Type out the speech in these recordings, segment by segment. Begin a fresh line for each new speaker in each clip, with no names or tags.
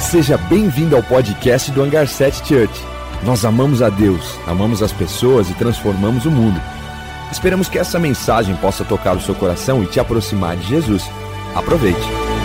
Seja bem-vindo ao podcast do Hangar 7 Church. Nós amamos a Deus, amamos as pessoas e transformamos o mundo. Esperamos que essa mensagem possa tocar o seu coração e te aproximar de Jesus. Aproveite.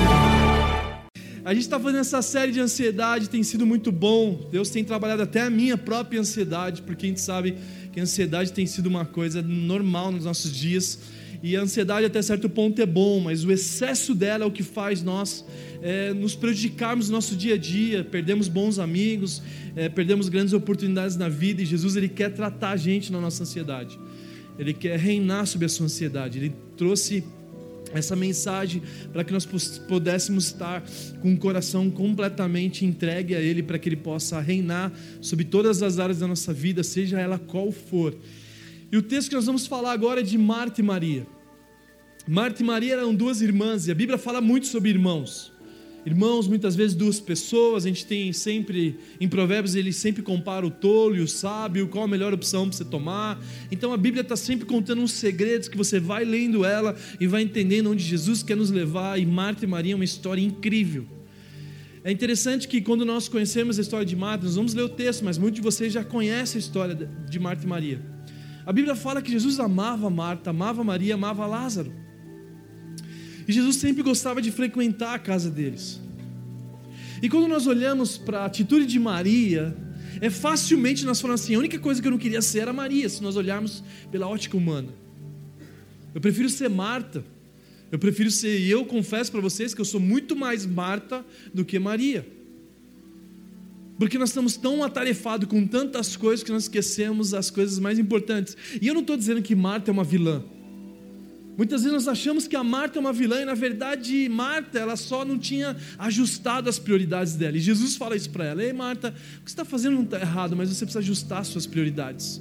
A gente está fazendo essa série de ansiedade, tem sido muito bom. Deus tem trabalhado até a minha própria ansiedade, porque a gente sabe que a ansiedade tem sido uma coisa normal nos nossos dias. E a ansiedade até certo ponto é bom, mas o excesso dela é o que faz nós nos prejudicarmos no nosso dia a dia. Perdemos bons amigos, perdemos grandes oportunidades na vida. E Jesus, Ele quer tratar a gente na nossa ansiedade. Ele quer reinar sobre a sua ansiedade. Ele trouxe essa mensagem para que nós pudéssemos estar com o coração completamente entregue a Ele, para que Ele possa reinar sobre todas as áreas da nossa vida, seja ela qual for. E o texto que nós vamos falar agora é de Marta e Maria. Marta e Maria eram duas irmãs, e a Bíblia fala muito sobre irmãos. Irmãos, muitas vezes duas pessoas. A gente tem sempre, em Provérbios, ele sempre compara o tolo e o sábio, qual a melhor opção para você tomar. Então a Bíblia está sempre contando uns segredos que você vai lendo ela e vai entendendo onde Jesus quer nos levar. E Marta e Maria é uma história incrível. É interessante que quando nós conhecemos a história de Marta, nós vamos ler o texto, mas muitos de vocês já conhecem a história de Marta e Maria. A Bíblia fala que Jesus amava Marta, amava Maria, amava Lázaro. E Jesus sempre gostava de frequentar a casa deles. E quando nós olhamos para a atitude de Maria, facilmente nós falamos assim: a única coisa que eu não queria ser era Maria, se nós olharmos pela ótica humana. Eu prefiro ser Marta. E eu confesso para vocês que eu sou muito mais Marta do que Maria. Porque nós estamos tão atarefados com tantas coisas que nós esquecemos as coisas mais importantes. E eu não estou dizendo que Marta é uma vilã. Muitas vezes nós achamos que a Marta é uma vilã e na verdade Marta, ela só não tinha ajustado as prioridades dela. E Jesus fala isso para ela: ei Marta, o que você está fazendo não está errado, mas você precisa ajustar as suas prioridades.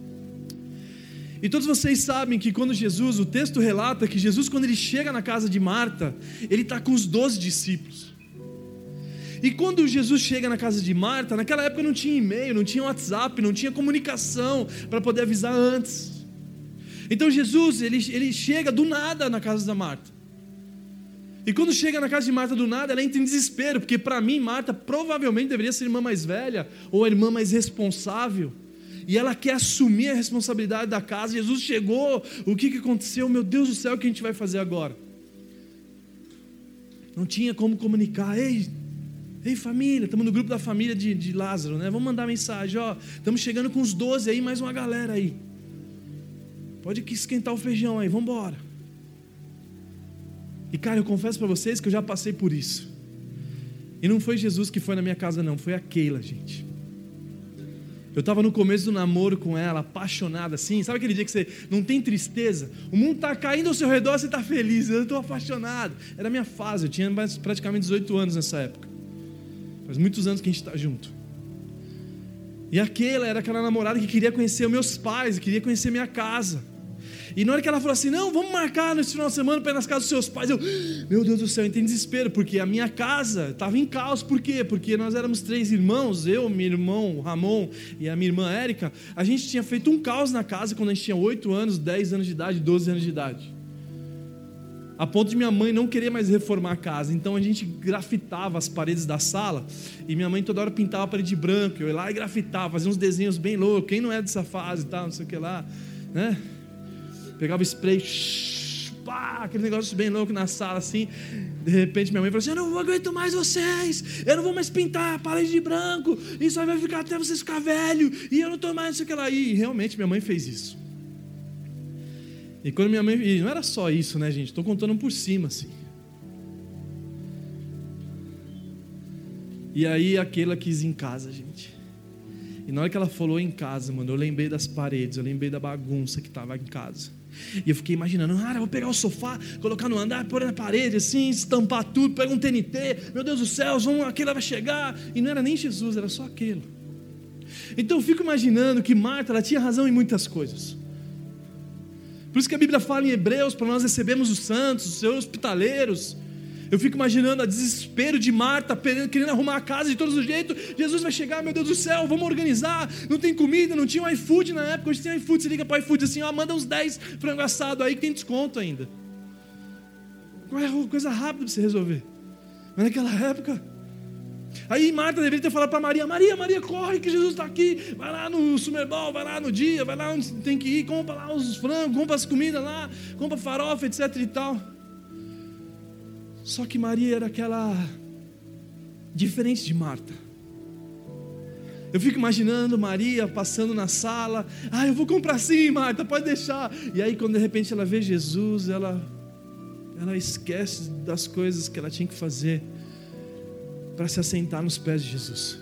E todos vocês sabem que quando Jesus, o texto relata que Jesus, quando ele chega na casa de Marta, ele está com os 12 discípulos. E quando Jesus chega na casa de Marta, naquela época não tinha e-mail, não tinha WhatsApp, não tinha comunicação para poder avisar antes. Então Jesus, ele chega do nada na casa da Marta. E quando chega na casa de Marta do nada, ela entra em desespero, porque para mim Marta provavelmente deveria ser a irmã mais velha, ou a irmã mais responsável. E ela quer assumir a responsabilidade da casa. Jesus chegou, o que aconteceu? Meu Deus do céu, o que a gente vai fazer agora? Não tinha como comunicar: ei família, estamos no grupo da família de Lázaro, né? Vamos mandar mensagem: estamos chegando com os 12 aí, mais uma galera aí. Pode esquentar o feijão aí, vamos embora. E cara, eu confesso para vocês que eu já passei por isso. E não foi Jesus que foi na minha casa não, foi a Keila, gente. Eu estava no começo do namoro com ela, apaixonado assim. Sabe aquele dia que você não tem tristeza? O mundo está caindo ao seu redor, você está feliz. Eu estou apaixonado. Era a minha fase, eu tinha praticamente 18 anos nessa época. Faz muitos anos que a gente está junto. E a Keila era aquela namorada que queria conhecer os meus pais, queria conhecer minha casa. E na hora que ela falou assim: não, vamos marcar nesse final de semana para ir nas casas dos seus pais, meu Deus do céu, eu entrei em desespero, porque a minha casa estava em caos. Por quê? Porque nós éramos 3 irmãos, eu, meu irmão Ramon e a minha irmã Érica. A gente tinha feito um caos na casa quando a gente tinha 8 anos, 10 anos de idade, 12 anos de idade, a ponto de minha mãe não querer mais reformar a casa. Então a gente grafitava as paredes da sala, e minha mãe toda hora pintava a parede de branco, eu ia lá e grafitava, fazia uns desenhos bem loucos. Quem não é dessa fase e tal, não sei o que lá, né? Pegava spray, aquele negócio bem louco na sala assim. De repente minha mãe falou assim: eu não aguento mais vocês, eu não vou mais pintar a parede de branco, isso aí vai ficar até vocês ficar velho, e eu não tô mais, não sei o que lá. E realmente minha mãe fez isso. E quando minha mãe, e não era só isso, né, gente? Estou contando por cima assim. E aí aquela quis ir em casa, gente. E na hora que ela falou em casa, mano, eu lembrei das paredes, eu lembrei da bagunça que estava em casa. E eu fiquei imaginando: eu vou pegar o sofá, colocar no andar, pôr na parede assim, estampar tudo, pegar um TNT, meu Deus do céu, aquela vai chegar. E não era nem Jesus, era só aquilo. Então eu fico imaginando que Marta, ela tinha razão em muitas coisas. Por isso que a Bíblia fala em Hebreus, para nós recebermos os santos, os seus hospitaleiros. Eu fico imaginando o desespero de Marta, querendo arrumar a casa de todos os jeitos. Jesus vai chegar, meu Deus do céu, vamos organizar. Não tem comida, não tinha um iFood na época. Hoje tem iFood, você liga para o iFood assim: manda uns 10 frango assado aí que tem desconto ainda. Qual é a coisa rápida para você resolver? Mas naquela época, Aí Marta deveria ter falado para Maria: Maria, corre que Jesus está aqui, vai lá no Super Bowl, vai lá no dia, vai lá onde tem que ir, compra lá os frangos, compra as comidas lá, compra farofa, etc e tal. Só que Maria era aquela diferente de Marta. Eu fico imaginando Maria passando na sala: eu vou comprar sim, Marta, pode deixar. E aí quando de repente ela vê Jesus, ela esquece das coisas que ela tinha que fazer para se assentar nos pés de Jesus.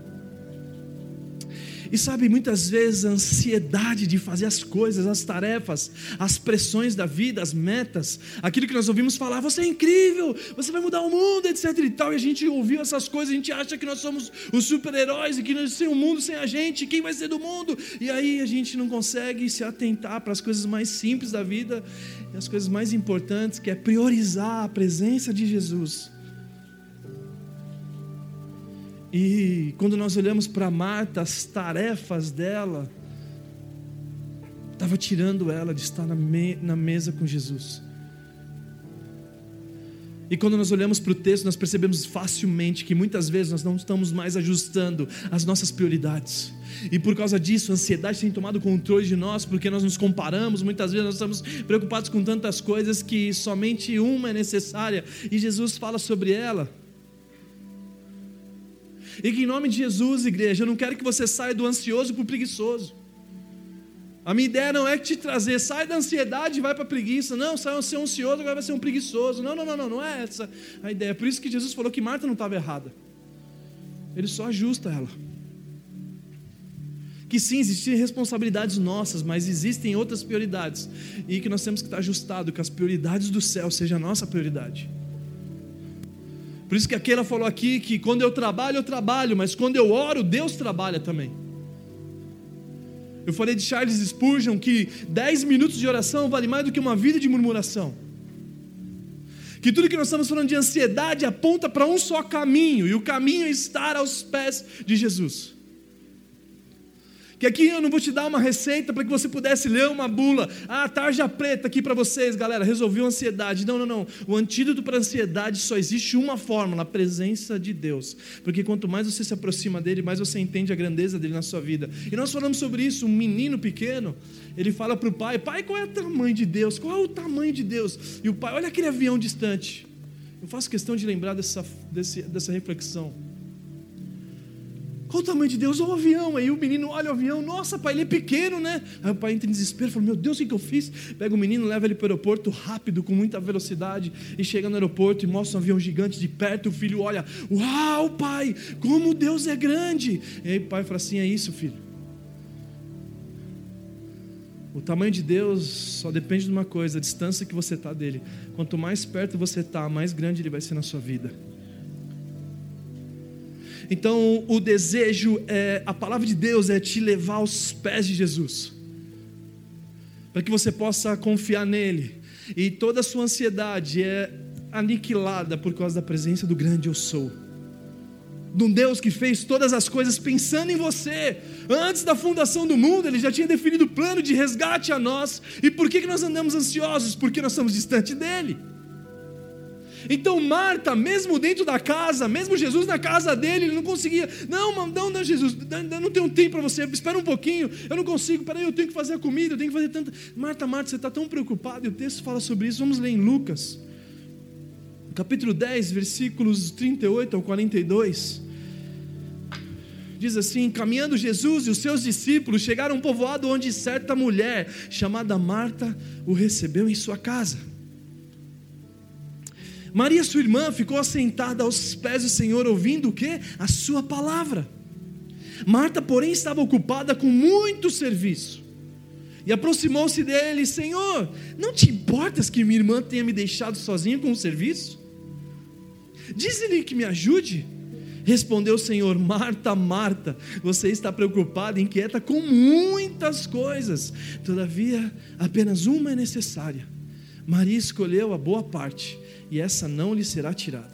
E sabe, muitas vezes a ansiedade de fazer as coisas, as tarefas, as pressões da vida, as metas, aquilo que nós ouvimos falar: você é incrível, você vai mudar o mundo, etc e tal, e a gente ouviu essas coisas, a gente acha que nós somos os super-heróis e que sem o mundo, sem a gente, quem vai ser do mundo? E aí a gente não consegue se atentar para as coisas mais simples da vida e as coisas mais importantes, que é priorizar a presença de Jesus. E quando nós olhamos para Marta, as tarefas dela estava tirando ela de estar na mesa com Jesus. E quando nós olhamos para o texto, nós percebemos facilmente que muitas vezes nós não estamos mais ajustando as nossas prioridades. E por causa disso, a ansiedade tem tomado controle de nós, porque nós nos comparamos, muitas vezes nós estamos preocupados com tantas coisas que somente uma é necessária, e Jesus fala sobre ela. E que em nome de Jesus, igreja, eu não quero que você saia do ansioso para o preguiçoso. A minha ideia não é te trazer, sai da ansiedade e vai para a preguiça. Não, sai a ser um ansioso, agora vai ser um preguiçoso. Não é essa a ideia. Por isso que Jesus falou que Marta não estava errada. Ele só ajusta ela. Que sim, existem responsabilidades nossas, mas existem outras prioridades. E que nós temos que estar ajustado, que as prioridades do céu sejam a nossa prioridade. Por isso que a Keila falou aqui que quando eu trabalho, mas quando eu oro, Deus trabalha também. Eu falei de Charles Spurgeon que 10 minutos de oração vale mais do que uma vida de murmuração. Que tudo que nós estamos falando de ansiedade aponta para um só caminho, e o caminho é estar aos pés de Jesus. Que aqui eu não vou te dar uma receita para que você pudesse ler uma bula. Tarja preta aqui para vocês, galera, resolveu a ansiedade. Não. O antídoto para a ansiedade só existe uma forma: na presença de Deus. Porque quanto mais você se aproxima dele, mais você entende a grandeza dele na sua vida. E nós falamos sobre isso. Um menino pequeno, ele fala para o pai: pai, qual é o tamanho de Deus? Qual é o tamanho de Deus? E o pai: olha aquele avião distante. Eu faço questão de lembrar dessa reflexão. Qual o tamanho de Deus? Olha o avião. Aí o menino olha o avião: nossa, pai, ele é pequeno, né? Aí o pai entra em desespero, fala: meu Deus, o que eu fiz? Pega o menino, leva ele para o aeroporto rápido, com muita velocidade, e chega no aeroporto e mostra um avião gigante de perto. O filho olha: uau, pai, como Deus é grande. E aí o pai fala assim: é isso, filho. O tamanho de Deus só depende de uma coisa: a distância que você está dele. Quanto mais perto você está, mais grande ele vai ser na sua vida. Então o desejo, a palavra de Deus é te levar aos pés de Jesus, para que você possa confiar nele, e toda a sua ansiedade é aniquilada por causa da presença do grande eu sou, de um Deus que fez todas as coisas pensando em você. Antes da fundação do mundo, Ele já tinha definido o plano de resgate a nós. E por que nós andamos ansiosos? Porque nós estamos distantes dEle. Então Marta, mesmo dentro da casa, mesmo Jesus na casa dele, ele não conseguia. Não, Jesus, não tenho tempo para você, espera um pouquinho, eu não consigo, peraí, eu tenho que fazer a comida, eu tenho que fazer tanta... Marta, você está tão preocupada, e o texto fala sobre isso. Vamos ler em Lucas, capítulo 10, versículos 38 ao 42. Diz assim: caminhando Jesus e os seus discípulos chegaram a um povoado onde certa mulher, chamada Marta, o recebeu em sua casa. Maria, sua irmã, ficou assentada aos pés do Senhor, ouvindo o quê? A sua palavra. Marta, porém, estava ocupada com muito serviço, e aproximou-se dele: Senhor, não te importas que minha irmã tenha me deixado sozinha com o serviço? Diz-lhe que me ajude. Respondeu o Senhor: Marta, Marta, você está preocupada e inquieta com muitas coisas, todavia apenas uma é necessária. Maria escolheu a boa parte, e essa não lhe será tirada.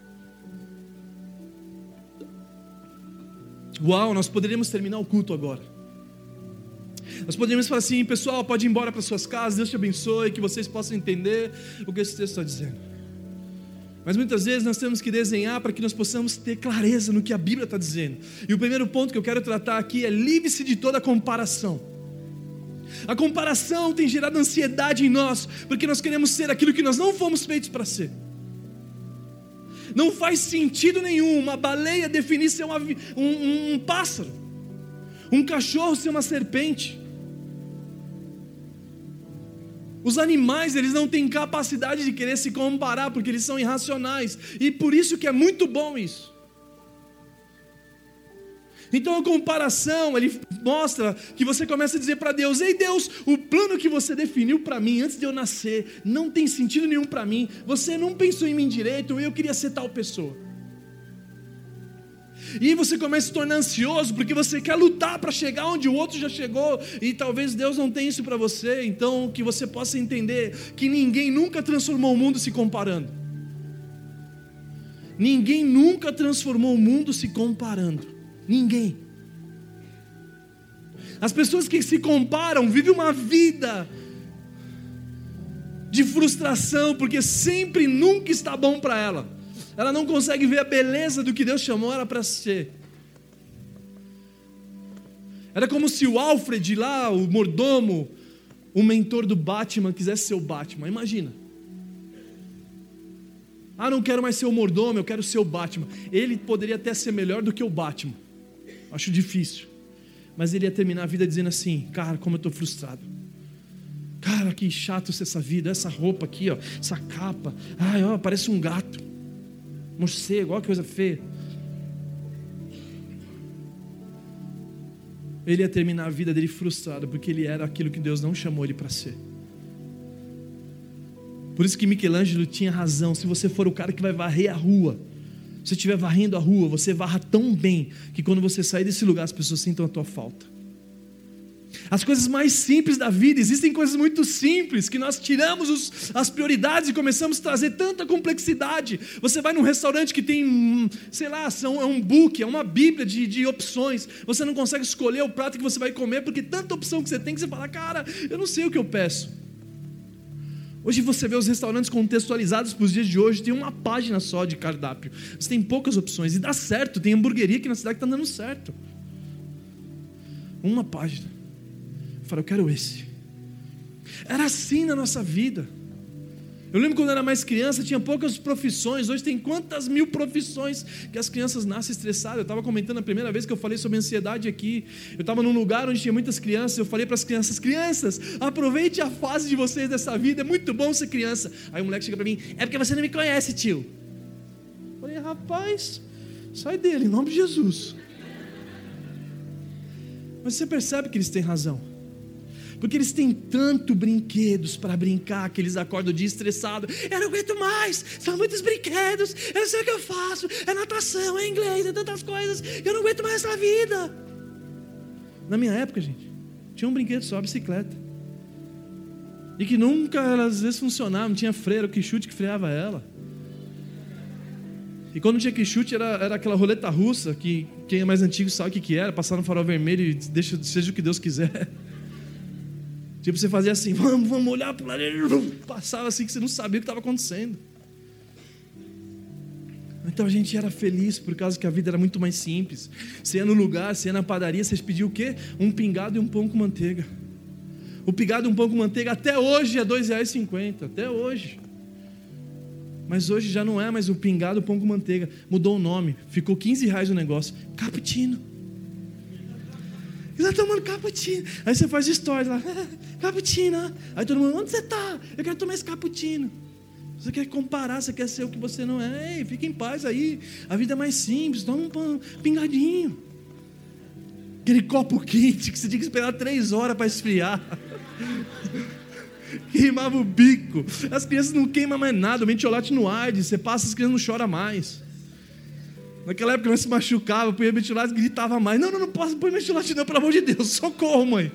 Uau, nós poderíamos terminar o culto agora. Nós poderíamos falar assim: pessoal, pode ir embora para suas casas, Deus te abençoe, que vocês possam entender o que esse texto está dizendo. Mas muitas vezes nós temos que desenhar para que nós possamos ter clareza no que a Bíblia está dizendo. E o primeiro ponto que eu quero tratar aqui é: livre-se de toda comparação. A comparação tem gerado ansiedade em nós, porque nós queremos ser aquilo que nós não fomos feitos para ser. Não faz sentido nenhum uma baleia definir ser um pássaro, um cachorro ser uma serpente. Os animais, eles não têm capacidade de querer se comparar, porque eles são irracionais, e por isso que é muito bom isso. Então a comparação, ele mostra que você começa a dizer para Deus: ei Deus, o plano que você definiu para mim antes de eu nascer não tem sentido nenhum para mim, você não pensou em mim direito, eu queria ser tal pessoa. E aí você começa a se tornar ansioso, porque você quer lutar para chegar onde o outro já chegou, e talvez Deus não tenha isso para você. Então que você possa entender que ninguém nunca transformou o mundo se comparando. Ninguém nunca transformou o mundo se comparando. Ninguém. As pessoas que se comparam vivem uma vida de frustração, porque sempre nunca está bom para ela. Ela não consegue ver a beleza do que Deus chamou ela para ser. Era como se o Alfred lá, o mordomo, o mentor do Batman, quisesse ser o Batman. Imagina. Ah, não quero mais ser o mordomo, eu quero ser o Batman. Ele poderia até ser melhor do que o Batman. Acho difícil. Mas ele ia terminar a vida dizendo assim: cara, como eu estou frustrado. Cara, que chato ser essa vida. Essa roupa aqui, ó, essa capa. Ai, ó, parece um gato. Morcego, olha que coisa feia. Ele ia terminar a vida dele frustrado, porque ele era aquilo que Deus não chamou ele para ser. Por isso que Michelangelo tinha razão: se você for o cara que vai varrer a rua, se você estiver varrendo a rua, você varra tão bem que quando você sair desse lugar as pessoas sintam a tua falta. As coisas mais simples da vida, existem coisas muito simples que nós tiramos as prioridades e começamos a trazer tanta complexidade. Você vai num restaurante que tem, sei lá, é um book, é uma bíblia de opções. Você não consegue escolher o prato que você vai comer, porque tanta opção que você fala: cara, eu não sei o que eu peço. Hoje você vê os restaurantes contextualizados para os dias de hoje, tem uma página só de cardápio. Você tem poucas opções e dá certo. Tem hamburgueria aqui na cidade que está dando certo. Uma página. Eu falei: eu quero esse. Era assim na nossa vida. Eu lembro quando eu era mais criança, tinha poucas profissões. Hoje tem quantas mil profissões que as crianças nascem estressadas. Eu estava comentando a primeira vez que eu falei sobre ansiedade aqui. Eu estava num lugar onde tinha muitas crianças. Eu falei para as crianças: crianças, aproveite a fase de vocês dessa vida, é muito bom ser criança. Aí o moleque chega para mim: é porque você não me conhece, tio. Eu falei: rapaz, sai dele, em nome de Jesus. Mas você percebe que eles têm razão. Porque eles têm tanto brinquedos para brincar, que eles acordam o dia estressado. Eu não aguento mais, são muitos brinquedos, eu não sei o que eu faço, é natação, é inglês, é tantas coisas, eu não aguento mais essa vida. Na minha época, gente, tinha um brinquedo só, a bicicleta. E que nunca, às vezes, funcionava, não tinha freio, era o quichute que freava ela. E quando não tinha quichute, era aquela roleta russa, que quem é mais antigo sabe o que era, passar no farol vermelho e deixa, seja o que Deus quiser. Tipo, você fazia assim: vamos olhar para o lado, passava assim que você não sabia o que estava acontecendo. Então a gente era feliz por causa que a vida era muito mais simples. Você ia no lugar, você ia na padaria, você pedia o quê? Um pingado e um pão com manteiga. O pingado e um pão com manteiga até hoje é R$ 2,50, até hoje. Mas hoje já não é mais o pingado e o pão com manteiga, mudou o nome, ficou R$15 o negócio, cappuccino. Você está tomando cappuccino. Aí você faz stories lá: cappuccino. Aí todo mundo: onde você está? Eu quero tomar esse cappuccino. Você quer comparar, você quer ser o que você não é. Ei, fica em paz aí. A vida é mais simples, toma um pingadinho. Aquele copo quente que você tinha que esperar 3 horas para esfriar. Queimava o bico. As crianças não queimam mais nada, o mentiolate não arde. Você passa, as crianças não choram mais. Naquela época nós se machucava, põe metiolate e gritava mais: não posso pôr metiolate não, pelo amor de Deus, socorro, mãe.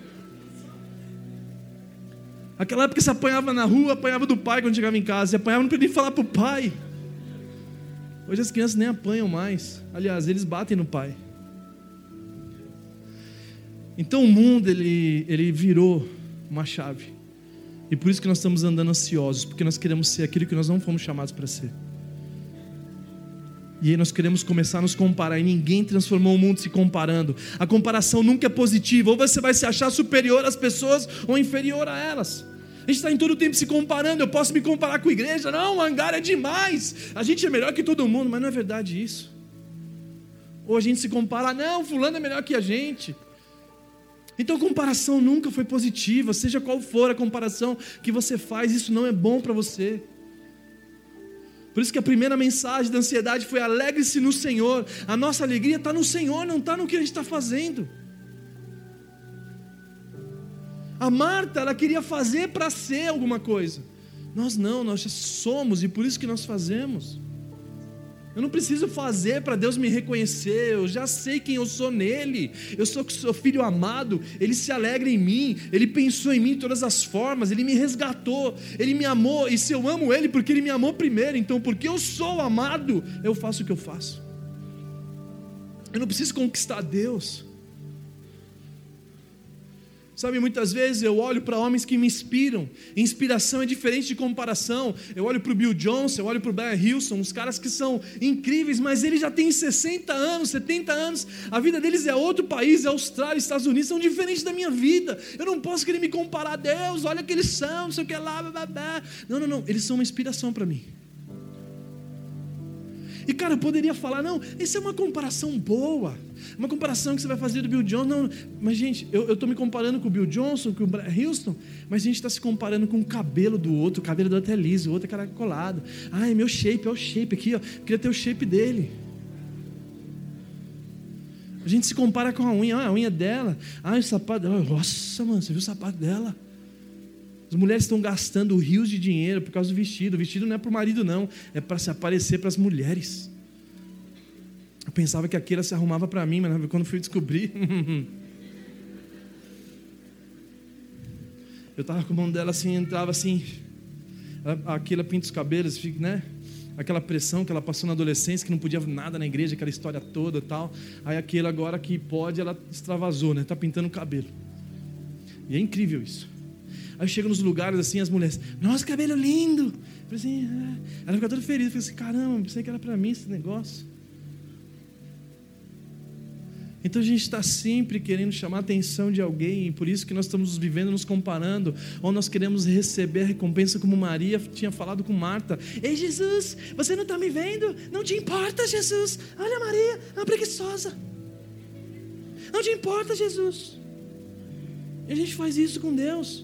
Naquela época você apanhava na rua, apanhava do pai quando chegava em casa, você apanhava, não podia nem falar pro pai. Hoje as crianças nem apanham mais, aliás, eles batem no pai. Então o mundo, ele virou uma chave, e por isso que nós estamos andando ansiosos, porque nós queremos ser aquilo que nós não fomos chamados para ser. E aí nós queremos começar a nos comparar, e ninguém transformou o mundo se comparando. A comparação nunca é positiva, ou você vai se achar superior às pessoas, ou inferior a elas. A gente está em todo o tempo se comparando. Eu posso me comparar com a igreja, não, o hangar é demais, a gente é melhor que todo mundo, mas não é verdade isso. Ou a gente se compara, não, fulano é melhor que a gente. Então a comparação nunca foi positiva, seja qual for a comparação que você faz, isso não é bom para você. Por isso que a primeira mensagem da ansiedade foi: alegre-se no Senhor. A nossa alegria está no Senhor, não está no que a gente está fazendo. A Marta, ela queria fazer para ser alguma coisa. Nós não, nós já somos, e por isso que nós fazemos. Eu não preciso fazer para Deus me reconhecer, eu já sei quem eu sou nele. Eu sou filho amado, Ele se alegra em mim, Ele pensou em mim de todas as formas, Ele me resgatou, Ele me amou. E se eu amo Ele, porque Ele me amou primeiro, então porque eu sou amado, eu faço o que eu faço. Eu não preciso conquistar Deus. Sabe, muitas vezes eu olho para homens que me inspiram. Inspiração é diferente de comparação. Eu olho para o Bill Johnson, eu olho para o Brian Wilson, uns caras que são incríveis, mas eles já têm 60 anos, 70 anos. A vida deles é outro país, é Austrália, Estados Unidos, são diferentes da minha vida. Eu não posso querer me comparar a Deus, olha o que eles são, não sei o que lá, blá, blá, blá. Não, eles são uma inspiração para mim. E cara, eu poderia falar, não, isso é uma comparação boa, uma comparação que você vai fazer do Bill Johnson. Não, mas gente, eu estou me comparando com o Bill Johnson, com o Houston, mas a gente está se comparando com o cabelo do outro. O cabelo do outro é liso, o outro é caracolado. É meu shape, é o shape aqui, ó. Eu queria ter o shape dele. A gente se compara com a unha dela. O sapato dela, nossa mano, você viu o sapato dela? As mulheres estão gastando rios de dinheiro por causa do vestido. O vestido não é para o marido não, é para se aparecer para as mulheres. Eu pensava que aquela se arrumava para mim, mas quando fui descobrir, eu estava com a mão dela assim, entrava assim, aquela pinta os cabelos, né? Aquela pressão que ela passou na adolescência, que não podia nada na igreja, aquela história toda e tal. Aí aquela agora que pode, ela extravasou, né? Está pintando o cabelo. E é incrível isso. Aí chega nos lugares assim, as mulheres, nossa, cabelo lindo. Eu falei assim, ela fica toda ferida. Eu falei assim, caramba, pensei que era para mim esse negócio. Então a gente está sempre querendo chamar a atenção de alguém, e por isso que nós estamos vivendo nos comparando, ou nós queremos receber a recompensa como Maria tinha falado com Marta. Ei Jesus, você não está me vendo? Não te importa Jesus, olha Maria, é uma preguiçosa. Não te importa Jesus. E a gente faz isso com Deus.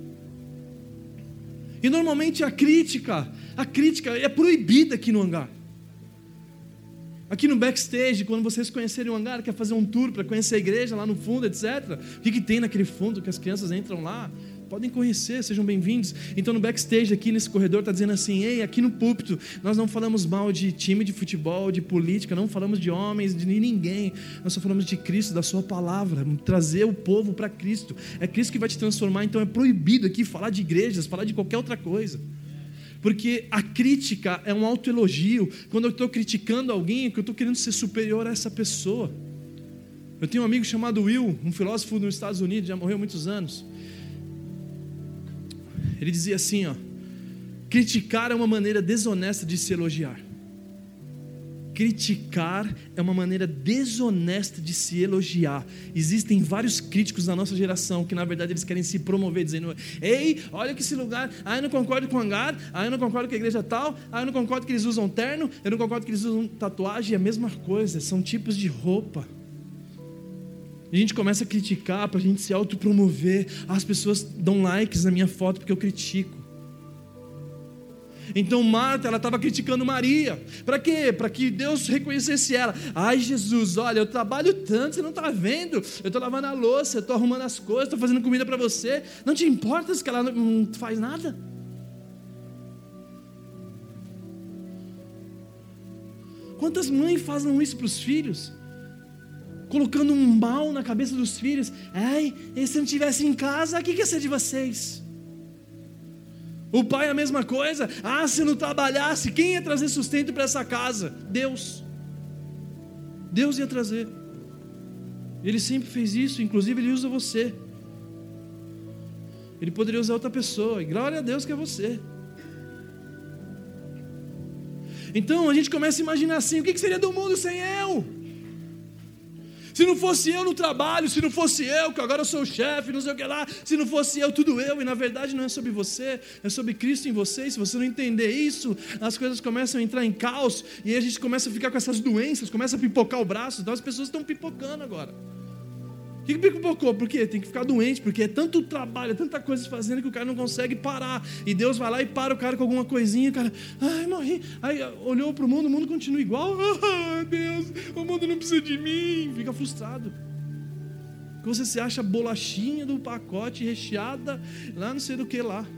E normalmente a crítica é proibida aqui no hangar. Aqui no backstage, quando vocês conhecerem o hangar, quer fazer um tour para conhecer a igreja lá no fundo, etc. O que tem naquele fundo que as crianças entram lá? Podem conhecer, sejam bem-vindos. Então no backstage aqui nesse corredor está dizendo assim, ei, aqui no púlpito nós não falamos mal de time de futebol, de política, não falamos de homens, de ninguém. Nós só falamos de Cristo, da sua palavra, trazer o povo para Cristo. É Cristo que vai te transformar, então é proibido aqui falar de igrejas, falar de qualquer outra coisa. Porque a crítica é um autoelogio. Quando eu estou criticando alguém, é que eu estou querendo ser superior a essa pessoa. Eu tenho um amigo chamado Will, um filósofo nos Estados Unidos, já morreu há muitos anos. Ele dizia assim, criticar é uma maneira desonesta de se elogiar. Criticar é uma maneira desonesta de se elogiar. Existem vários críticos na nossa geração que na verdade eles querem se promover, dizendo, ei, olha que esse lugar, eu não concordo com o hangar, eu não concordo com a igreja tal, eu não concordo que eles usam terno, eu não concordo que eles usam tatuagem. É a mesma coisa, são tipos de roupa. A gente começa a criticar para a gente se autopromover. As pessoas dão likes na minha foto porque eu critico. Então Marta, ela estava criticando Maria. Para quê? Para que Deus reconhecesse ela. Ai Jesus, olha, eu trabalho tanto, você não está vendo? Eu estou lavando a louça, eu estou arrumando as coisas, estou fazendo comida para você. Não te importa que ela não faz nada? Quantas mães fazem isso para os filhos? Colocando um mal na cabeça dos filhos. Ai, e se eu não estivesse em casa, o que ia ser de vocês? O pai a mesma coisa. Se eu não trabalhasse, quem ia trazer sustento para essa casa? Deus. Deus ia trazer. Ele sempre fez isso, inclusive ele usa você. Ele poderia usar outra pessoa, e glória a Deus que é você. Então a gente começa a imaginar assim: o que seria do mundo sem eu? Se não fosse eu no trabalho, se não fosse eu, que agora eu sou o chefe, não sei o que lá, se não fosse eu, tudo eu, e na verdade não é sobre você, é sobre Cristo em você. E se você não entender isso, as coisas começam a entrar em caos, e aí a gente começa a ficar com essas doenças, começa a pipocar o braço. Então as pessoas estão pipocando agora. O que pipocou? Por quê? Tem que ficar doente, porque é tanto trabalho, é tanta coisa fazendo que o cara não consegue parar, e Deus vai lá e para o cara com alguma coisinha, o cara, ai, morri, aí olhou para o mundo continua igual, Deus, o mundo não precisa de mim, fica frustrado, porque você se acha bolachinha do pacote recheada, lá não sei do que lá.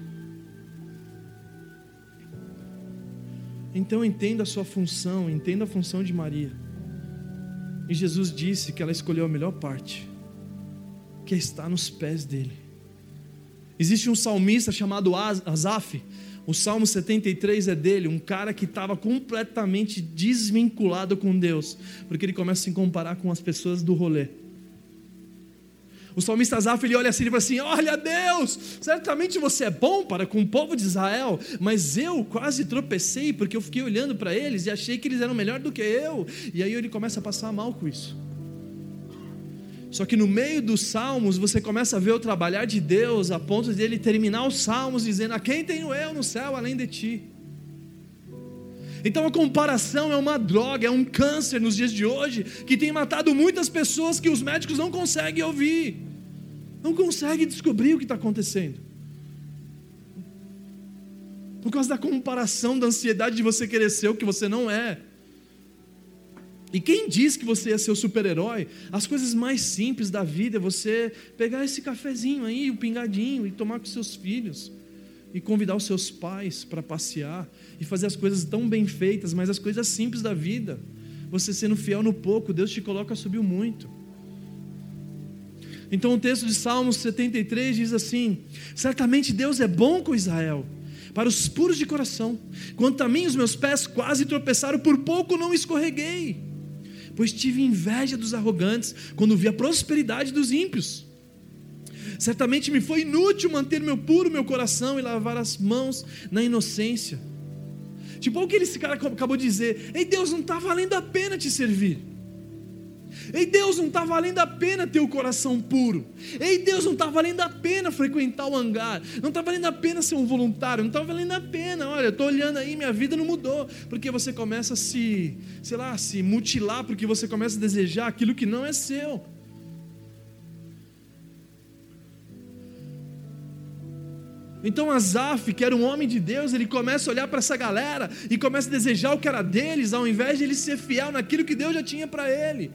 Então entenda a sua função, entenda a função de Maria, e Jesus disse que ela escolheu a melhor parte, que está nos pés dele. Existe um salmista chamado Asaf, o Salmo 73 é dele, um cara que estava completamente desvinculado com Deus, porque ele começa a se comparar com as pessoas do rolê. O salmista Asaf, ele olha assim e fala assim: olha Deus, certamente você é bom para com o povo de Israel, mas eu quase tropecei, porque eu fiquei olhando para eles e achei que eles eram melhor do que eu, e aí ele começa a passar mal com isso. Só que no meio dos salmos, você começa a ver o trabalhar de Deus, a ponto de ele terminar os salmos dizendo: a quem tenho eu no céu além de ti? Então a comparação é uma droga, é um câncer nos dias de hoje, que tem matado muitas pessoas que os médicos não conseguem ouvir, não conseguem descobrir o que está acontecendo, por causa da comparação, da ansiedade de você querer ser o que você não é. E quem diz que você é seu super-herói? As coisas mais simples da vida é você pegar esse cafezinho aí, o pingadinho, e tomar com seus filhos, e convidar os seus pais para passear, e fazer as coisas tão bem feitas, mas as coisas simples da vida, você sendo fiel no pouco, Deus te coloca sobre o muito. Então o texto de Salmos 73 diz assim: certamente Deus é bom com Israel, para os puros de coração. Quanto a mim, os meus pés quase tropeçaram, por pouco não escorreguei, pois tive inveja dos arrogantes, quando vi a prosperidade dos ímpios. Certamente me foi inútil manter meu coração e lavar as mãos na inocência. Tipo o que esse cara acabou de dizer: ei Deus, não está valendo a pena te servir. Ei Deus, não está valendo a pena ter o coração puro. Ei Deus, não está valendo a pena frequentar o hangar. Não está valendo a pena ser um voluntário. Não está valendo a pena. Olha, eu estou olhando aí, minha vida não mudou. Porque você começa a se mutilar, porque você começa a desejar aquilo que não é seu. Então Asaf, que era um homem de Deus, ele começa a olhar para essa galera e começa a desejar o que era deles, ao invés de ele ser fiel naquilo que Deus já tinha para ele.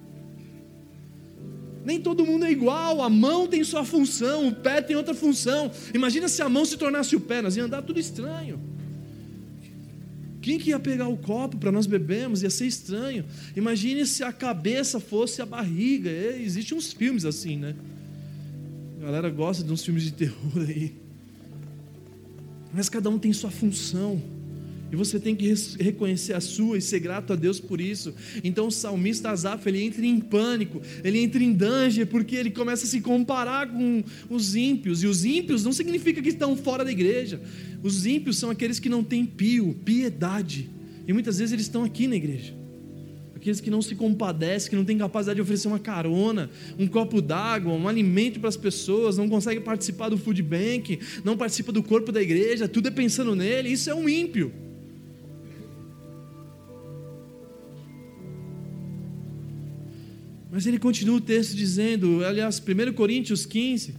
Nem todo mundo é igual, a mão tem sua função, o pé tem outra função. Imagina se a mão se tornasse o pé, nós ia andar tudo estranho. Quem que ia pegar o copo para nós bebermos? Ia ser estranho. Imagine se a cabeça fosse a barriga. Existem uns filmes assim, né? A galera gosta de uns filmes de terror aí. Mas cada um tem sua função, e você tem que reconhecer a sua e ser grato a Deus por isso. Então o salmista Asaf, ele entra em pânico, ele entra em danger, porque ele começa a se comparar com os ímpios. E os ímpios não significa que estão fora da igreja. Os ímpios são aqueles que não têm piedade, e muitas vezes eles estão aqui na igreja. Aqueles que não se compadecem, que não têm capacidade de oferecer uma carona, um copo d'água, um alimento para as pessoas, não conseguem participar do food bank, não participa do corpo da igreja, tudo é pensando nele. Isso é um ímpio. Mas ele continua o texto dizendo, aliás, 1 Coríntios 15,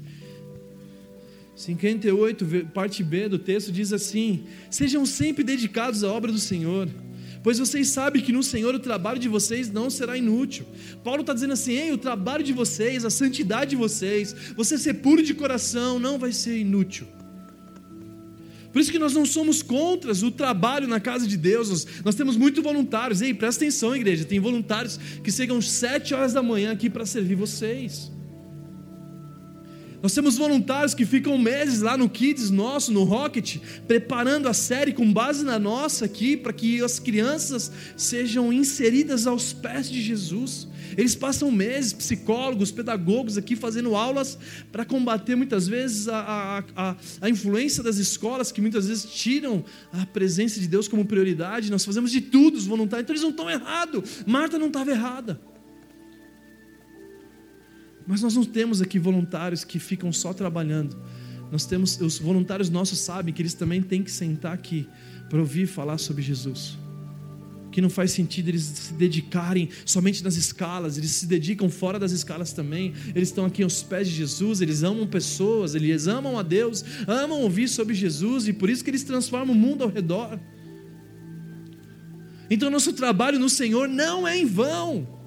58, parte B do texto diz assim: sejam sempre dedicados à obra do Senhor, pois vocês sabem que no Senhor o trabalho de vocês não será inútil. Paulo está dizendo assim: ei, o trabalho de vocês, a santidade de vocês, você ser puro de coração, não vai ser inútil. Por isso que nós não somos contra o trabalho na casa de Deus. Nós temos muitos voluntários. Ei, presta atenção, igreja, tem voluntários que chegam 7 horas da manhã aqui para servir vocês. Nós temos voluntários que ficam meses lá no Kids nosso, no Rocket, preparando a série com base na nossa aqui, para que as crianças sejam inseridas aos pés de Jesus. Eles passam meses, psicólogos, pedagogos aqui, fazendo aulas para combater muitas vezes a influência das escolas, que muitas vezes tiram a presença de Deus como prioridade. Nós fazemos de tudo, os voluntários, então eles não estão errados. Marta não estava errada. Mas nós não temos aqui voluntários que ficam só trabalhando. Nós temos, os voluntários nossos sabem que eles também têm que sentar aqui para ouvir falar sobre Jesus. Que não faz sentido eles se dedicarem somente nas escalas, eles se dedicam fora das escalas também. Eles estão aqui aos pés de Jesus, eles amam pessoas, eles amam a Deus, amam ouvir sobre Jesus, e por isso que eles transformam o mundo ao redor. Então nosso trabalho no Senhor não é em vão.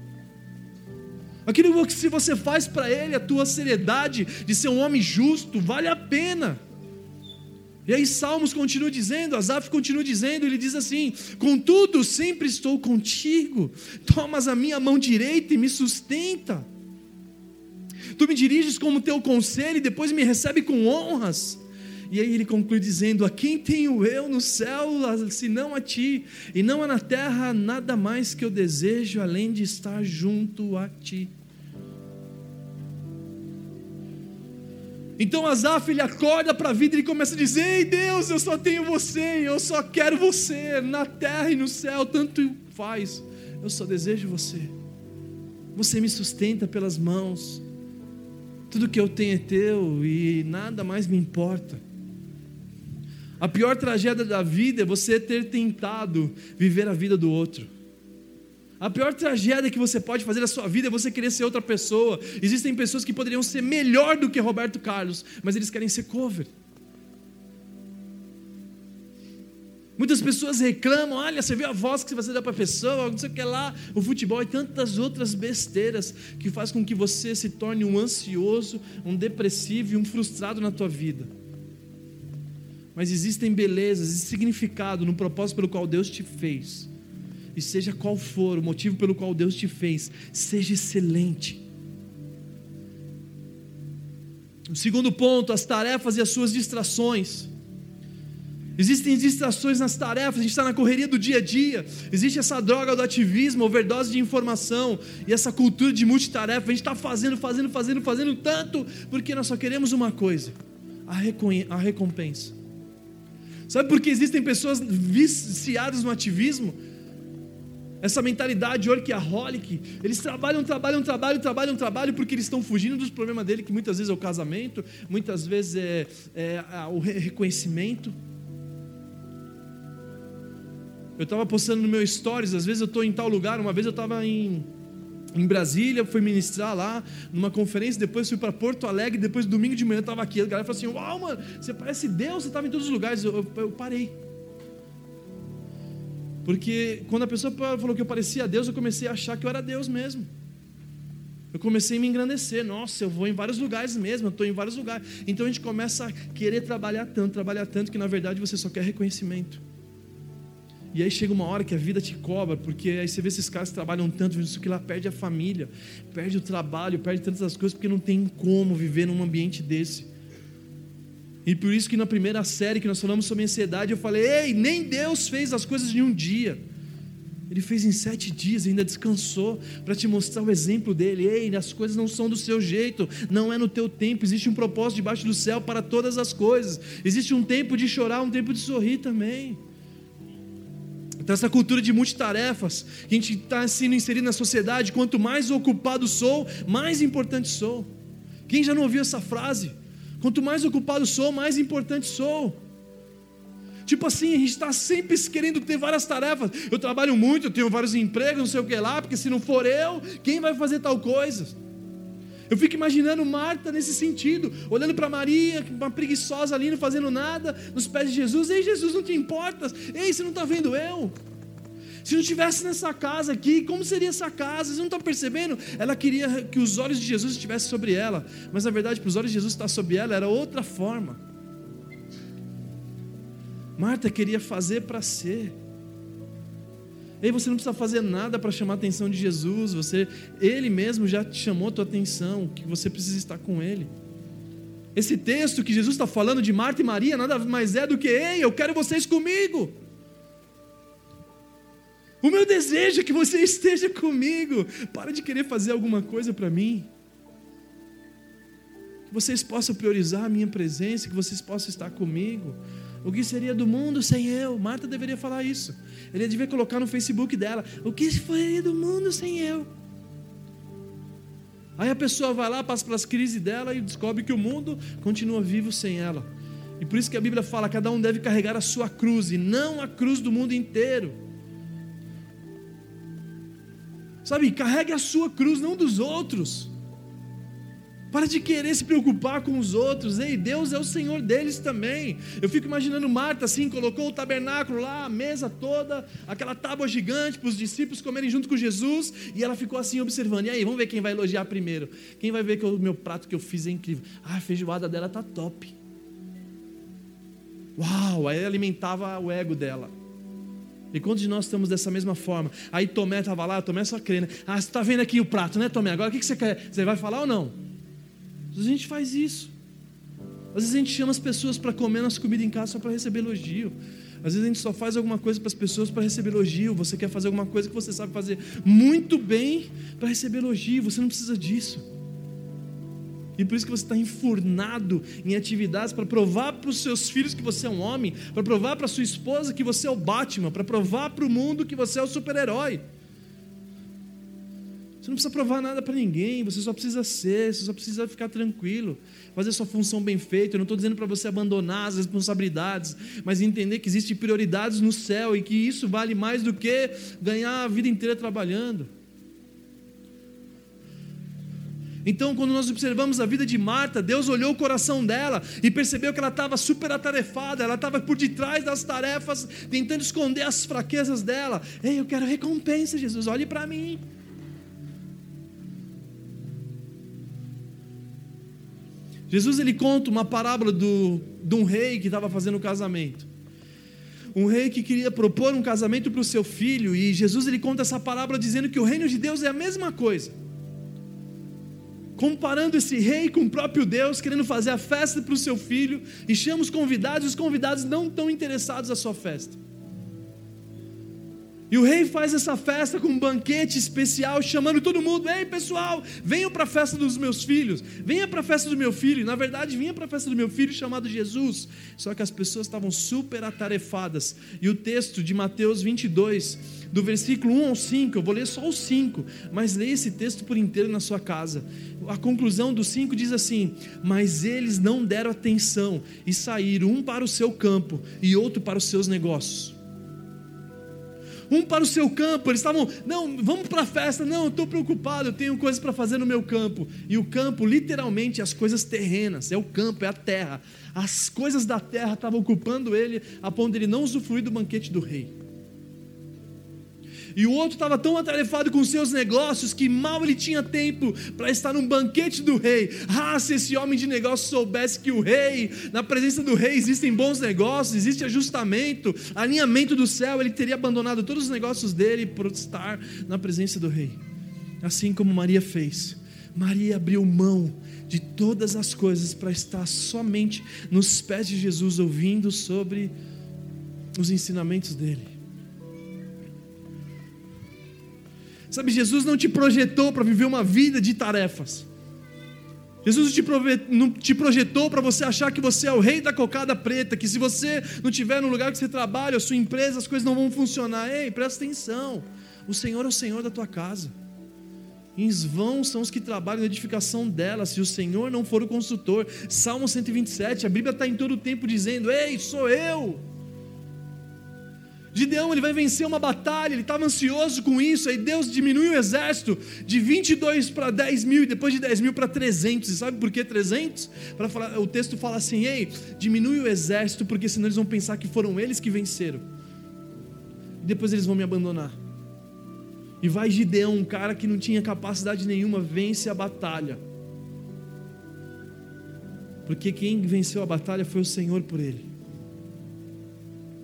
Aquilo que se você faz para Ele, a tua seriedade de ser um homem justo, vale a pena. E aí Salmos continua dizendo, Asaf continua dizendo, ele diz assim: contudo sempre estou contigo, tomas a minha mão direita e me sustenta. Tu me diriges como teu conselho e depois me recebe com honras. E aí ele conclui dizendo: a quem tenho eu no céu, senão a ti, e não há na terra nada mais que eu desejo, além de estar junto a ti. Então Asaf, ele acorda para a vida e ele começa a dizer: ei Deus, eu só tenho você, eu só quero você, na terra e no céu, tanto faz, eu só desejo você. Você me sustenta pelas mãos, tudo que eu tenho é teu e nada mais me importa. A pior tragédia da vida é você ter tentado viver a vida do outro. A pior tragédia que você pode fazer na sua vida é você querer ser outra pessoa. Existem pessoas que poderiam ser melhor do que Roberto Carlos, mas eles querem ser cover. Muitas pessoas reclamam: olha, você viu a voz que você dá para a pessoa, não sei o que lá, o futebol e tantas outras besteiras que faz com que você se torne um ansioso, um depressivo e um frustrado na tua vida. Mas existem belezas e significado no propósito pelo qual Deus te fez. E seja qual for o motivo pelo qual Deus te fez, seja excelente. O segundo ponto, as tarefas e as suas distrações. Existem distrações nas tarefas, a gente está na correria do dia a dia. Existe essa droga do ativismo, overdose de informação, e essa cultura de multitarefa. A gente está fazendo tanto, porque nós só queremos uma coisa: a recompensa. Sabe por que existem pessoas viciadas no ativismo? Essa mentalidade workaholic. Eles trabalham porque eles estão fugindo dos problemas dele, que muitas vezes é o casamento, muitas vezes é o reconhecimento. Eu estava postando no meu stories, às vezes eu estou em tal lugar. Uma vez eu estava em Brasília, fui ministrar lá numa conferência, depois fui para Porto Alegre, depois domingo de manhã eu estava aqui. A galera falou assim: uau, mano, você parece Deus, você estava em todos os lugares. Eu parei. Porque quando a pessoa falou que eu parecia a Deus, eu comecei a achar que eu era Deus mesmo. Eu comecei a me engrandecer. Nossa, eu vou em vários lugares mesmo, eu estou em vários lugares. Então a gente começa a querer trabalhar tanto, que na verdade você só quer reconhecimento. E aí chega uma hora que a vida te cobra, porque aí você vê esses caras que trabalham tanto, isso que lá perde a família, perde o trabalho, perde tantas coisas, porque não tem como viver num ambiente desse. E por isso que na primeira série que nós falamos sobre ansiedade, eu falei: ei, nem Deus fez as coisas em um dia. Ele fez em 7 dias e ainda descansou, para te mostrar o exemplo dele. Ei, as coisas não são do seu jeito, não é no teu tempo. Existe um propósito debaixo do céu para todas as coisas. Existe um tempo de chorar, um tempo de sorrir também. Então essa cultura de multitarefas, que a gente está sendo inserido na sociedade: quanto mais ocupado sou, mais importante sou. Quem já não ouviu essa frase? Quanto mais ocupado sou, mais importante sou. Tipo assim, a gente está sempre querendo ter várias tarefas. Eu trabalho muito, eu tenho vários empregos, não sei o que lá, porque se não for eu, quem vai fazer tal coisa? Eu fico imaginando Marta nesse sentido, olhando para Maria, uma preguiçosa ali, não fazendo nada, nos pés de Jesus. Ei, Jesus, não te importas? Ei, você não está vendo eu? Se não estivesse nessa casa aqui, como seria essa casa? Vocês não estão percebendo? Ela queria que os olhos de Jesus estivessem sobre ela, mas na verdade, para os olhos de Jesus estar sobre ela, era outra forma. Marta queria fazer para ser. Ei, você não precisa fazer nada para chamar a atenção de Jesus. Ele mesmo já te chamou a tua atenção, que você precisa estar com Ele. Esse texto que Jesus está falando de Marta e Maria nada mais é do que: ei, eu quero vocês comigo. O meu desejo é que você esteja comigo. Para de querer fazer alguma coisa para mim. Que vocês possam priorizar a minha presença, que vocês possam estar comigo. O que seria do mundo sem eu? Marta deveria falar isso. Ele devia colocar no Facebook dela: o que seria do mundo sem eu? Aí a pessoa vai lá, passa pelas crises dela e descobre que o mundo continua vivo sem ela. E por isso que a Bíblia fala: cada um deve carregar a sua cruz, e não a cruz do mundo inteiro. Sabe, carregue a sua cruz, não dos outros. Para de querer se preocupar com os outros. Ei, Deus é o Senhor deles também. Eu fico imaginando Marta assim, colocou o tabernáculo lá, a mesa toda, aquela tábua gigante para os discípulos comerem junto com Jesus, e ela ficou assim observando: e aí, vamos ver quem vai elogiar primeiro. Quem vai ver que o meu prato que eu fiz é incrível. A feijoada dela tá top. Uau, aí alimentava o ego dela. E quantos de nós estamos dessa mesma forma? Aí Tomé estava lá, Tomé só crê, né? Você está vendo aqui o prato, né, Tomé? Agora o que você quer? Você vai falar ou não? Às vezes a gente faz isso. Às vezes a gente chama as pessoas para comer nossa comida em casa só para receber elogio. Às vezes a gente só faz alguma coisa para as pessoas para receber elogio. Você quer fazer alguma coisa que você sabe fazer muito bem para receber elogio. Você não precisa disso. E por isso que você está enfurnado em atividades para provar para os seus filhos que você é um homem, para provar para a sua esposa que você é o Batman, para provar para o mundo que você é o super-herói. Você não precisa provar nada para ninguém, você só precisa ser, você só precisa ficar tranquilo, fazer sua função bem feita. Eu não estou dizendo para você abandonar as responsabilidades, mas entender que existem prioridades no céu e que isso vale mais do que ganhar a vida inteira trabalhando. Então, quando nós observamos a vida de Marta, Deus olhou o coração dela e percebeu que ela estava super atarefada, ela estava por detrás das tarefas, tentando esconder as fraquezas dela. Ei, eu quero recompensa, Jesus, olhe para mim. Jesus, ele conta uma parábola de um rei que estava fazendo um casamento. Um rei que queria propor um casamento para o seu filho, e Jesus, ele conta essa parábola dizendo que o reino de Deus é a mesma coisa. Comparando esse rei com o próprio Deus, querendo fazer a festa para o seu filho, e chama os convidados não estão interessados na sua festa. E o rei faz essa festa com um banquete especial, chamando todo mundo: ei pessoal, venham para a festa dos meus filhos, venha para a festa do meu filho. Na verdade, vinha para a festa do meu filho chamado Jesus. Só que as pessoas estavam super atarefadas. E o texto de Mateus 22, do versículo 1 ao 5, eu vou ler só o 5, mas leia esse texto por inteiro na sua casa. A conclusão do 5 diz assim: mas eles não deram atenção e saíram, um para o seu campo e outro para os seus negócios. Um para o seu campo, eles estavam: não, vamos para a festa, não, eu estou preocupado, eu tenho coisas para fazer no meu campo. E o campo, literalmente, as coisas terrenas, é o campo, é a terra. As coisas da terra estavam ocupando ele, a ponto de ele não usufruir do banquete do rei. E o outro estava tão atarefado com seus negócios que mal ele tinha tempo para estar num banquete do rei. Se esse homem de negócios soubesse que o rei, na presença do rei, existem bons negócios, existe ajustamento, alinhamento do céu, ele teria abandonado todos os negócios dele por estar na presença do rei. Assim como Maria fez. Maria abriu mão de todas as coisas para estar somente nos pés de Jesus, ouvindo sobre os ensinamentos dele. Sabe, Jesus não te projetou para viver uma vida de tarefas. Jesus não te projetou para você achar que você é o rei da cocada preta, que se você não estiver no lugar que você trabalha, a sua empresa, as coisas não vão funcionar. Ei, presta atenção, o Senhor é o Senhor da tua casa. Em vão são os que trabalham na edificação dela, se o Senhor não for o consultor. Salmo 127, a Bíblia está em todo o tempo dizendo: ei, sou eu. Gideão, ele vai vencer uma batalha, ele estava ansioso com isso, aí Deus diminui o exército de 22 para 10 mil, e depois de 10 mil para 300, e sabe por que 300? O texto fala assim: ei, diminui o exército, porque senão eles vão pensar que foram eles que venceram, e depois eles vão me abandonar. E vai Gideão, um cara que não tinha capacidade nenhuma, vence a batalha, porque quem venceu a batalha foi o Senhor por ele.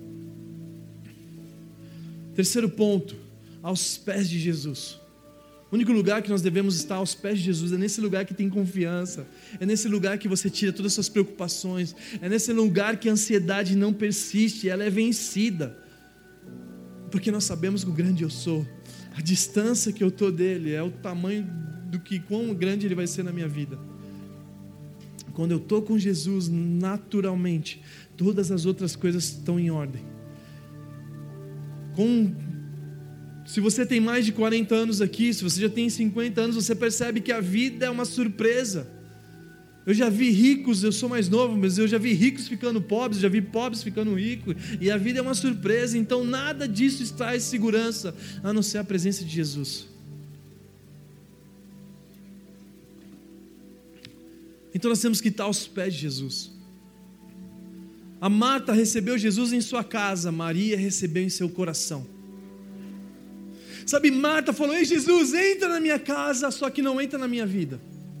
Terceiro ponto, aos pés de Jesus. O único lugar que nós devemos estar aos pés de Jesus é nesse lugar que tem confiança, é nesse lugar que você tira todas as suas preocupações, é nesse lugar que a ansiedade não persiste, ela é vencida, porque nós sabemos que o grande eu sou, a distância que eu estou dele é o tamanho do que quão grande ele vai ser na minha vida. Quando eu estou com Jesus, naturalmente, todas as outras coisas estão em ordem. Se você tem mais de 40 anos aqui, se você já tem 50 anos, você percebe que a vida é uma surpresa. Eu já vi ricos, eu sou mais novo, mas eu já vi ricos ficando pobres, já vi pobres ficando ricos, e a vida é uma surpresa, então nada disso traz segurança, a não ser a presença de Jesus. Então nós temos que estar aos pés de Jesus. A Marta recebeu Jesus em sua casa, Maria recebeu em seu coração. Sabe, Marta falou: ei Jesus, entra na minha casa, só que não entra na minha vida.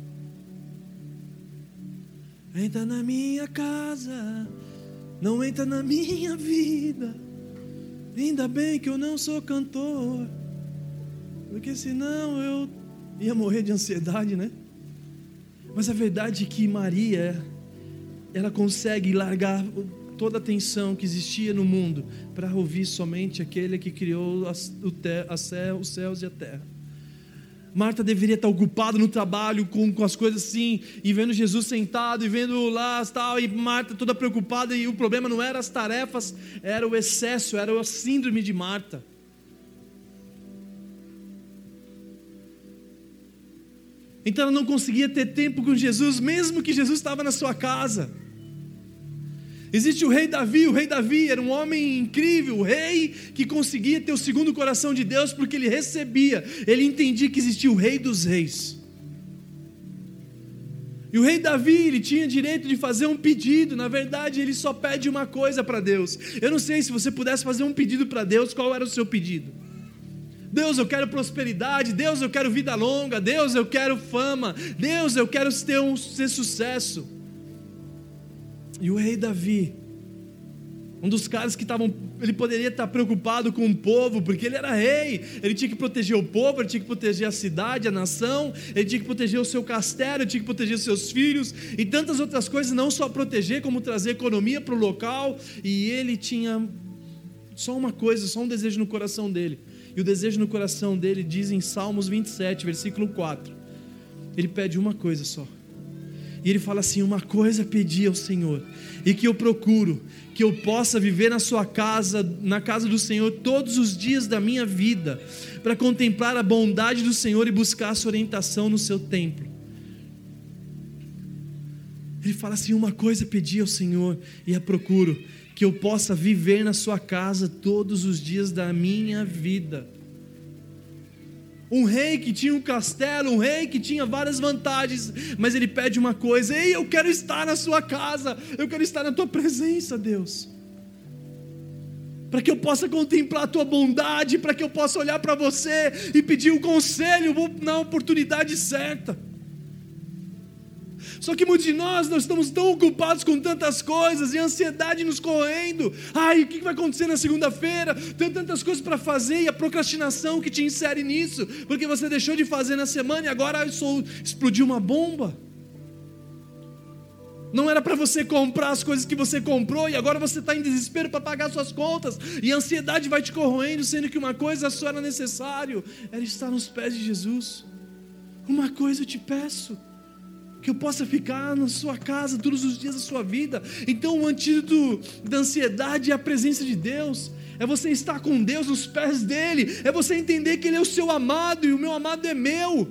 Entra na minha casa, não entra na minha vida. Ainda bem que eu não sou cantor, porque senão eu ia morrer de ansiedade, né? Mas a verdade é que Maria, ela consegue largar toda a tensão que existia no mundo para ouvir somente aquele que criou os céus e a terra. Marta deveria estar ocupada no trabalho com as coisas assim, e vendo Jesus sentado, e vendo lá tal, e Marta toda preocupada, e o problema não era as tarefas, era o excesso, era a síndrome de Marta. Então ela não conseguia ter tempo com Jesus, mesmo que Jesus estava na sua casa. Existe o rei Davi era um homem incrível, o rei que conseguia ter o segundo coração de Deus, porque ele recebia, ele entendia que existia o rei dos reis. E o rei Davi, ele tinha direito de fazer um pedido, na verdade ele só pede uma coisa para Deus. Eu não sei, se você pudesse fazer um pedido para Deus, qual era o seu pedido? Deus, eu quero prosperidade, Deus, eu quero vida longa, Deus, eu quero fama, Deus, eu quero ter sucesso. E o rei Davi, um dos caras que ele poderia estar preocupado com o povo, porque ele era rei, ele tinha que proteger o povo, ele tinha que proteger a cidade, a nação, ele tinha que proteger o seu castelo, ele tinha que proteger os seus filhos, e tantas outras coisas, não só proteger, como trazer economia para o local, e ele tinha só uma coisa, só um desejo no coração dele, e o desejo no coração dele diz em Salmos 27, versículo 4, ele pede uma coisa só, e ele fala assim: uma coisa pedi ao Senhor, e que eu procuro, que eu possa viver na sua casa, na casa do Senhor, todos os dias da minha vida, para contemplar a bondade do Senhor e buscar a sua orientação no seu templo. Ele fala assim: uma coisa pedi ao Senhor, e a procuro, que eu possa viver na sua casa todos os dias da minha vida. Um rei que tinha um castelo, um rei que tinha várias vantagens, mas ele pede uma coisa: ei, eu quero estar na sua casa, eu quero estar na tua presença, Deus, para que eu possa contemplar a tua bondade, para que eu possa olhar para você e pedir um conselho na oportunidade certa. Só que muitos de nós estamos tão ocupados com tantas coisas, e a ansiedade nos correndo. Ai, o que vai acontecer na segunda-feira? Tem tantas coisas para fazer, e a procrastinação que te insere nisso, porque você deixou de fazer na semana e agora explodiu uma bomba. Não era para você comprar as coisas que você comprou, e agora você está em desespero para pagar suas contas, e a ansiedade vai te corroendo, sendo que uma coisa só era necessário, era estar nos pés de Jesus. Uma coisa eu te peço, que eu possa ficar na sua casa todos os dias da sua vida. Então o antídoto da ansiedade é a presença de Deus, é você estar com Deus nos pés dele, é você entender que ele é o seu amado, e o meu amado é meu.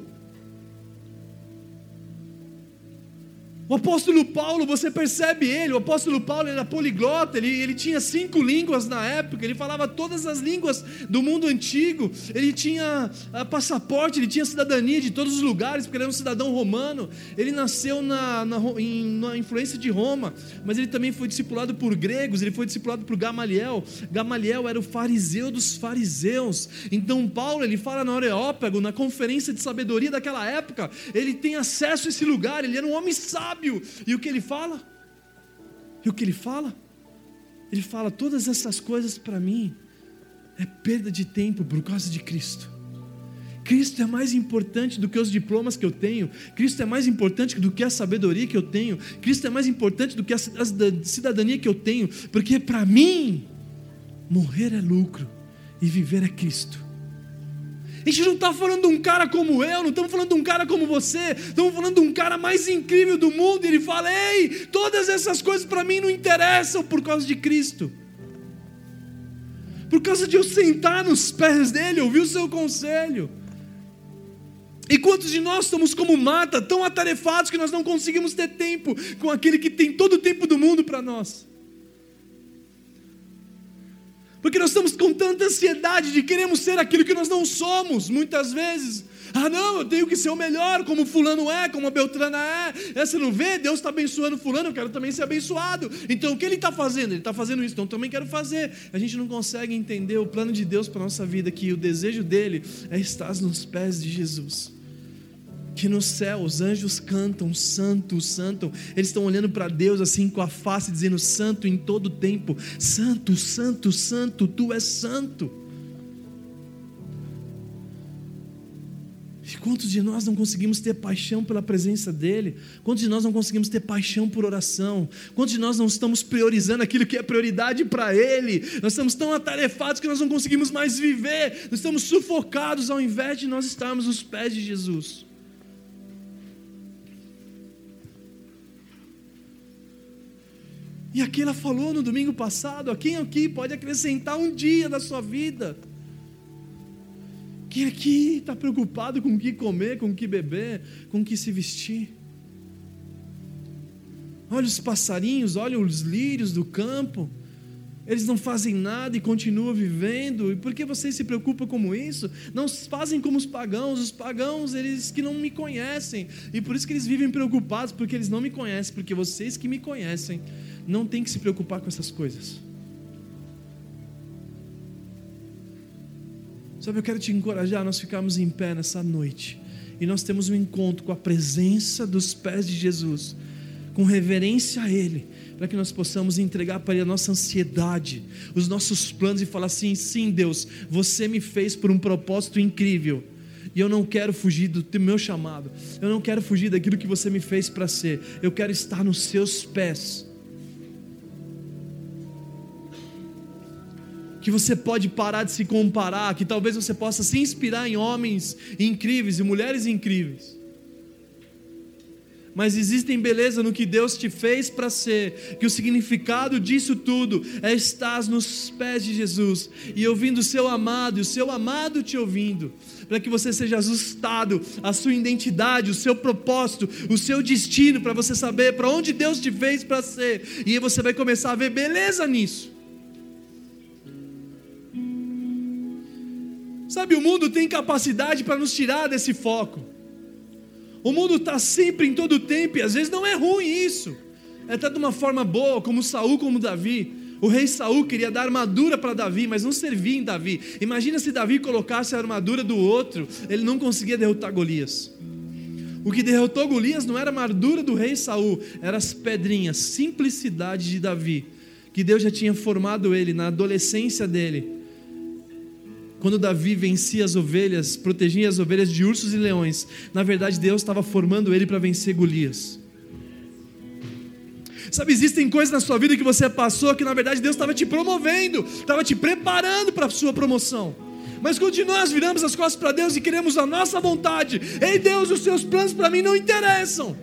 O apóstolo Paulo, você percebe o apóstolo Paulo era poliglota, ele tinha 5 línguas na época, ele falava todas as línguas do mundo antigo, ele tinha passaporte, ele tinha cidadania de todos os lugares, porque ele era um cidadão romano, ele nasceu na influência de Roma, mas ele também foi discipulado por gregos, ele foi discipulado por Gamaliel era o fariseu dos fariseus. Então Paulo, ele fala no Areópago, na conferência de sabedoria daquela época, ele tem acesso a esse lugar, ele era um homem sábio. E o que ele fala? Ele fala: todas essas coisas para mim é perda de tempo por causa de Cristo. Cristo é mais importante do que os diplomas que eu tenho. Cristo é mais importante do que a sabedoria que eu tenho. Cristo é mais importante do que a cidadania que eu tenho. Porque para mim, morrer é lucro e viver é Cristo. A gente não está falando de um cara como eu, não estamos falando de um cara como você, estamos falando de um cara mais incrível do mundo. E ele fala: ei, todas essas coisas para mim não interessam por causa de Cristo. Por causa de eu sentar nos pés dele, ouvir o seu conselho. E quantos de nós estamos como Marta, tão atarefados que nós não conseguimos ter tempo com aquele que tem todo o tempo do mundo para nós? Porque nós estamos com tanta ansiedade de queremos ser aquilo que nós não somos, muitas vezes. Ah não, eu tenho que ser o melhor, como fulano é, como a Beltrana é. Você não vê? Deus está abençoando fulano, eu quero também ser abençoado. Então o que ele está fazendo? Ele está fazendo isso, então eu também quero fazer. A gente não consegue entender o plano de Deus para a nossa vida, que o desejo dele é estar nos pés de Jesus. Que no céu os anjos cantam, santo, santo. Eles estão olhando para Deus assim com a face, dizendo santo em todo o tempo. Santo, santo, santo, tu és santo. E quantos de nós não conseguimos ter paixão pela presença dEle? Quantos de nós não conseguimos ter paixão por oração? Quantos de nós não estamos priorizando aquilo que é prioridade para Ele? Nós estamos tão atarefados que nós não conseguimos mais viver. Nós estamos sufocados ao invés de nós estarmos aos pés de Jesus. E aqui ela falou no domingo passado: a quem aqui pode acrescentar um dia da sua vida? Quem aqui está preocupado com o que comer, com o que beber, com o que se vestir? Olha os passarinhos, olha os lírios do campo. Eles não fazem nada e continuam vivendo. E por que vocês se preocupam com isso? Não fazem como os pagãos, eles que não me conhecem. E por isso que eles vivem preocupados, porque eles não me conhecem. Porque vocês que me conhecem não tem que se preocupar com essas coisas. Sabe, eu quero te encorajar a nós ficarmos em pé nessa noite e nós temos um encontro com a presença dos pés de Jesus, com reverência a Ele, para que nós possamos entregar para Ele a nossa ansiedade, os nossos planos e falar assim: sim Deus, você me fez por um propósito incrível. E eu não quero fugir do meu chamado, eu não quero fugir daquilo que você me fez para ser. Eu quero estar nos seus pés. Que você pode parar de se comparar, que talvez você possa se inspirar em homens incríveis e mulheres incríveis. Mas existem beleza no que Deus te fez para ser, que o significado disso tudo é estar nos pés de Jesus e ouvindo o seu amado, e o seu amado te ouvindo, para que você seja ajustado à sua identidade, o seu propósito, o seu destino, para você saber para onde Deus te fez para ser, e aí você vai começar a ver beleza nisso. Sabe, o mundo tem capacidade para nos tirar desse foco. O mundo está sempre, em todo o tempo, e às vezes não é ruim isso. É até de uma forma boa, como Saul, como Davi. O rei Saul queria dar armadura para Davi, mas não servia em Davi. Imagina se Davi colocasse a armadura do outro, ele não conseguia derrotar Golias. O que derrotou Golias não era a armadura do rei Saul, eram as pedrinhas, simplicidade de Davi, que Deus já tinha formado ele na adolescência dele. Quando Davi vencia as ovelhas, protegia as ovelhas de ursos e leões, na verdade Deus estava formando ele para vencer Golias. Sabe, existem coisas na sua vida que você passou que na verdade Deus estava te promovendo, estava te preparando para a sua promoção. Mas quando nós viramos as costas para Deus e queremos a nossa vontade, ei Deus, os seus planos para mim não interessam.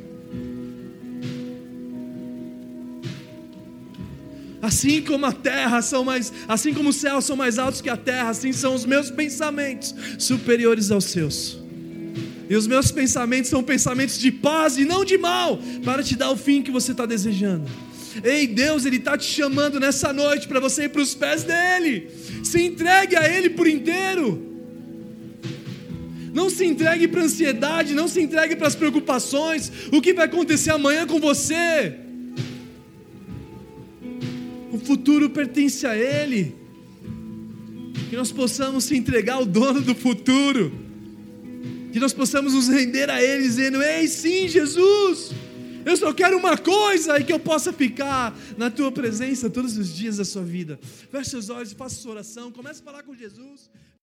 Assim como a terra assim como os céus são mais altos que a terra, assim são os meus pensamentos superiores aos seus. E os meus pensamentos são pensamentos de paz e não de mal, para te dar o fim que você está desejando. Ei Deus, Ele está te chamando nessa noite para você ir para os pés dEle. Se entregue a Ele por inteiro. Não se entregue para a ansiedade, não se entregue para as preocupações. O que vai acontecer amanhã com você? O futuro pertence a Ele. Que nós possamos se entregar ao dono do futuro. Que nós possamos nos render a Ele, dizendo: ei, sim, Jesus, eu só quero uma coisa, e que eu possa ficar na Tua presença todos os dias da sua vida. Feche seus olhos e faça sua oração. Comece a falar com Jesus.